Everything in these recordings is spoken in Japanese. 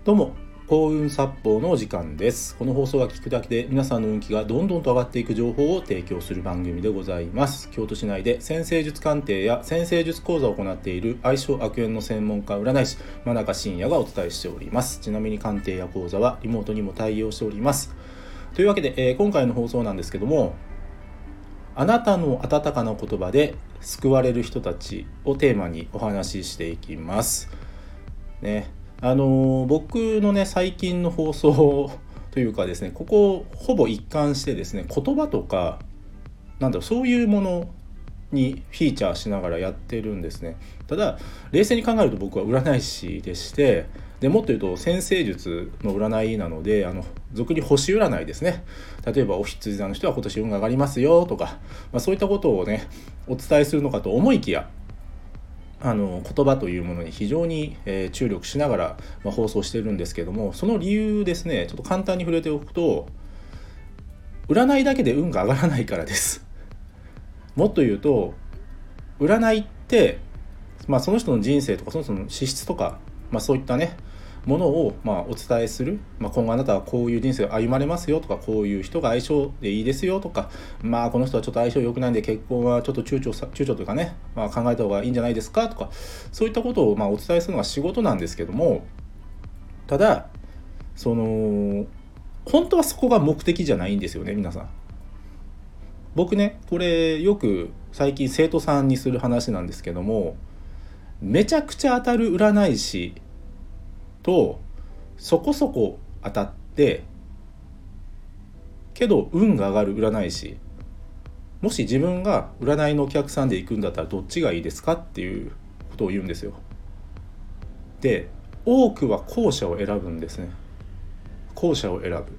どうも、幸運殺法のお時間です。この放送は聞くだけで皆さんの運気がどんどんと上がっていく情報を提供する番組でございます。京都市内で占星術鑑定や占星術講座を行っている愛称悪縁の専門家占い師真中信也がお伝えしております。ちなみに鑑定や講座はリモートにも対応しております。というわけで、今回の放送なんですけども、あなたの温かな言葉で救われる人たちをテーマにお話ししていきますね。僕のね最近の放送というかですね、ここほぼ一貫してですね、言葉とかそういうものにフィーチャーしながらやってるんですね。ただ冷静に考えると僕は占い師でして、でもっと言うと占星術の占いなので、俗に星占いですね。例えばお羊座の人は今年運が上がりますよとか、そういったことをねお伝えするのかと思いきや、言葉というものに非常に、注力しながら、放送してるんですけども、その理由ですね、ちょっと簡単に触れておくと、占いだけで運が上がらないからです。もっと言うと、占いって、その人の人生とかその人の資質とか、そういったねものをお伝えする、今後あなたはこういう人生を歩まれますよとか、こういう人が相性でいいですよとか、この人はちょっと相性良くないんで結婚はちょっと躊躇というかね、考えた方がいいんじゃないですかとか、そういったことをお伝えするのが仕事なんですけども、ただ本当はそこが目的じゃないんですよね。皆さん、僕ねこれよく最近生徒さんにする話なんですけども、めちゃくちゃ当たる占い師とそこそこ当たってけど運が上がる占い師、もし自分が占いのお客さんで行くんだったらどっちがいいですかっていうことを言うんですよ。で、多くは後者を選ぶんですね。後者を選ぶ。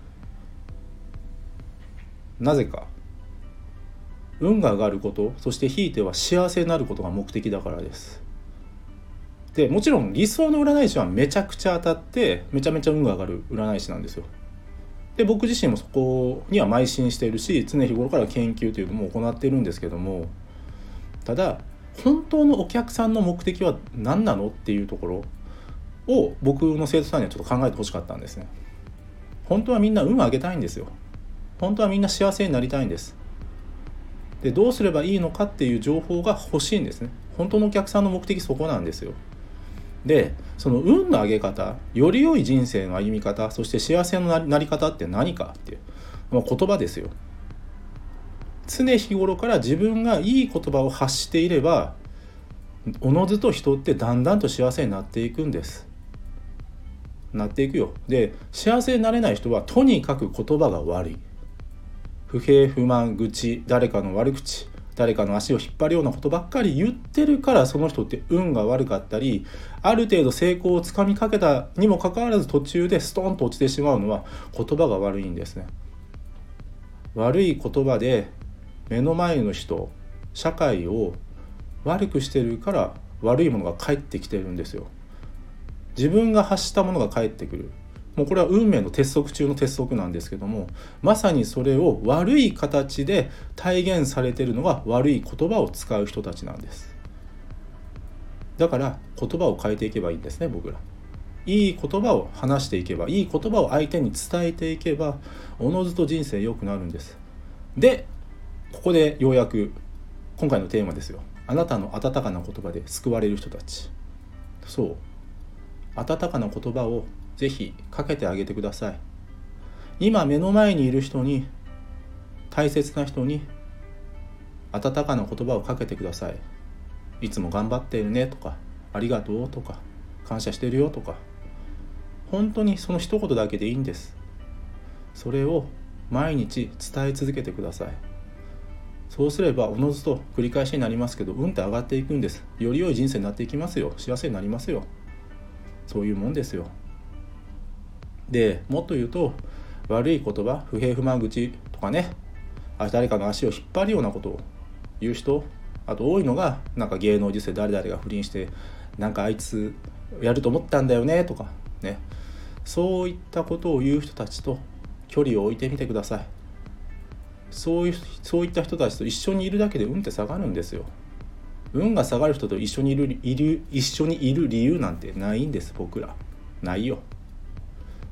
なぜか、運が上がること、そしてひいては幸せになることが目的だからです。でもちろん理想の占い師はめちゃくちゃ当たってめちゃめちゃ運が上がる占い師なんですよ。で僕自身もそこには邁進しているし、常日頃から研究というのも行っているんですけども、ただ本当のお客さんの目的は何なのっていうところを僕の生徒さんにはちょっと考えてほしかったんですね。本当はみんな運を上げたいんですよ。本当はみんな幸せになりたいんです。でどうすればいいのかっていう情報が欲しいんですね。本当のお客さんの目的そこなんですよ。でその運の上げ方、より良い人生の歩み方、そして幸せのなり方って何かっていう、言葉ですよ。常日頃から自分がいい言葉を発していれば、おのずと人ってだんだんと幸せになっていくんです。なっていくよ。で幸せになれない人はとにかく言葉が悪い、不平不満、愚痴、誰かの悪口、誰かの足を引っ張るようなことばっかり言ってるから、その人って運が悪かったり、ある程度成功をつかみかけたにもかかわらず途中でストンと落ちてしまうのは言葉が悪いんですね。悪い言葉で目の前の人、社会を悪くしてるから悪いものが返ってきてるんですよ。自分が発したものが返ってくる。もうこれは運命の鉄則中の鉄則なんですけども、まさにそれを悪い形で体現されているのが悪い言葉を使う人たちなんです。だから言葉を変えていけばいいんですね。僕らいい言葉を話していけば、いい言葉を相手に伝えていけば、おのずと人生良くなるんです。でここでようやく今回のテーマですよ。あなたの温かな言葉で救われる人たち。そう、温かな言葉をぜひかけてあげてください。今目の前にいる人に、大切な人に温かな言葉をかけてください。いつも頑張っているねとか、ありがとうとか、感謝しているよとか、本当にその一言だけでいいんです。それを毎日伝え続けてください。そうすればおのずと繰り返しになりますけど、運って上がっていくんです。より良い人生になっていきますよ。幸せになりますよ。そういうもんですよ。でもっと言うと、悪い言葉、不平不満口とかね、誰かの足を引っ張るようなことを言う人、あと多いのが芸能人生誰々が不倫してあいつやると思ったんだよねとかね、そういったことを言う人たちと距離を置いてみてください。そういった人たちと一緒にいるだけで運って下がるんですよ。運が下がる人と一緒にいる理由なんてないんです。僕らないよ。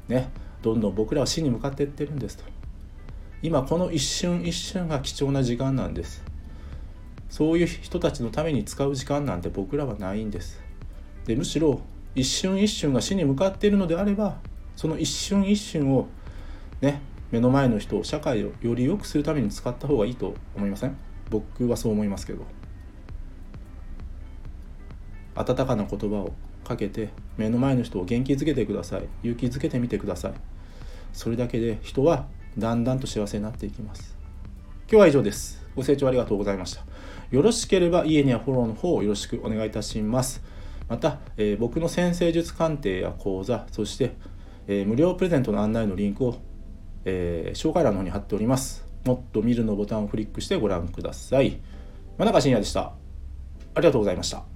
ね、どんどん僕らは死に向かっていってるんですと。今この一瞬一瞬が貴重な時間なんです。そういう人たちのために使う時間なんて僕らはないんです。でむしろ一瞬一瞬が死に向かっているのであれば、その一瞬一瞬をね、目の前の人、社会をより良くするために使った方がいいと思いません？僕はそう思いますけど。温かな言葉をかけて目の前の人を元気づけてください。勇気づけてみてください。それだけで人はだんだんと幸せになっていきます。今日は以上です。ご清聴ありがとうございました。よろしければいいねやフォローの方をよろしくお願いいたします。また、僕の占星術鑑定や講座、そして、無料プレゼントの案内のリンクを、紹介欄の方に貼っております。もっと見るのボタンをクリックしてご覧ください。真中伸也でした。ありがとうございました。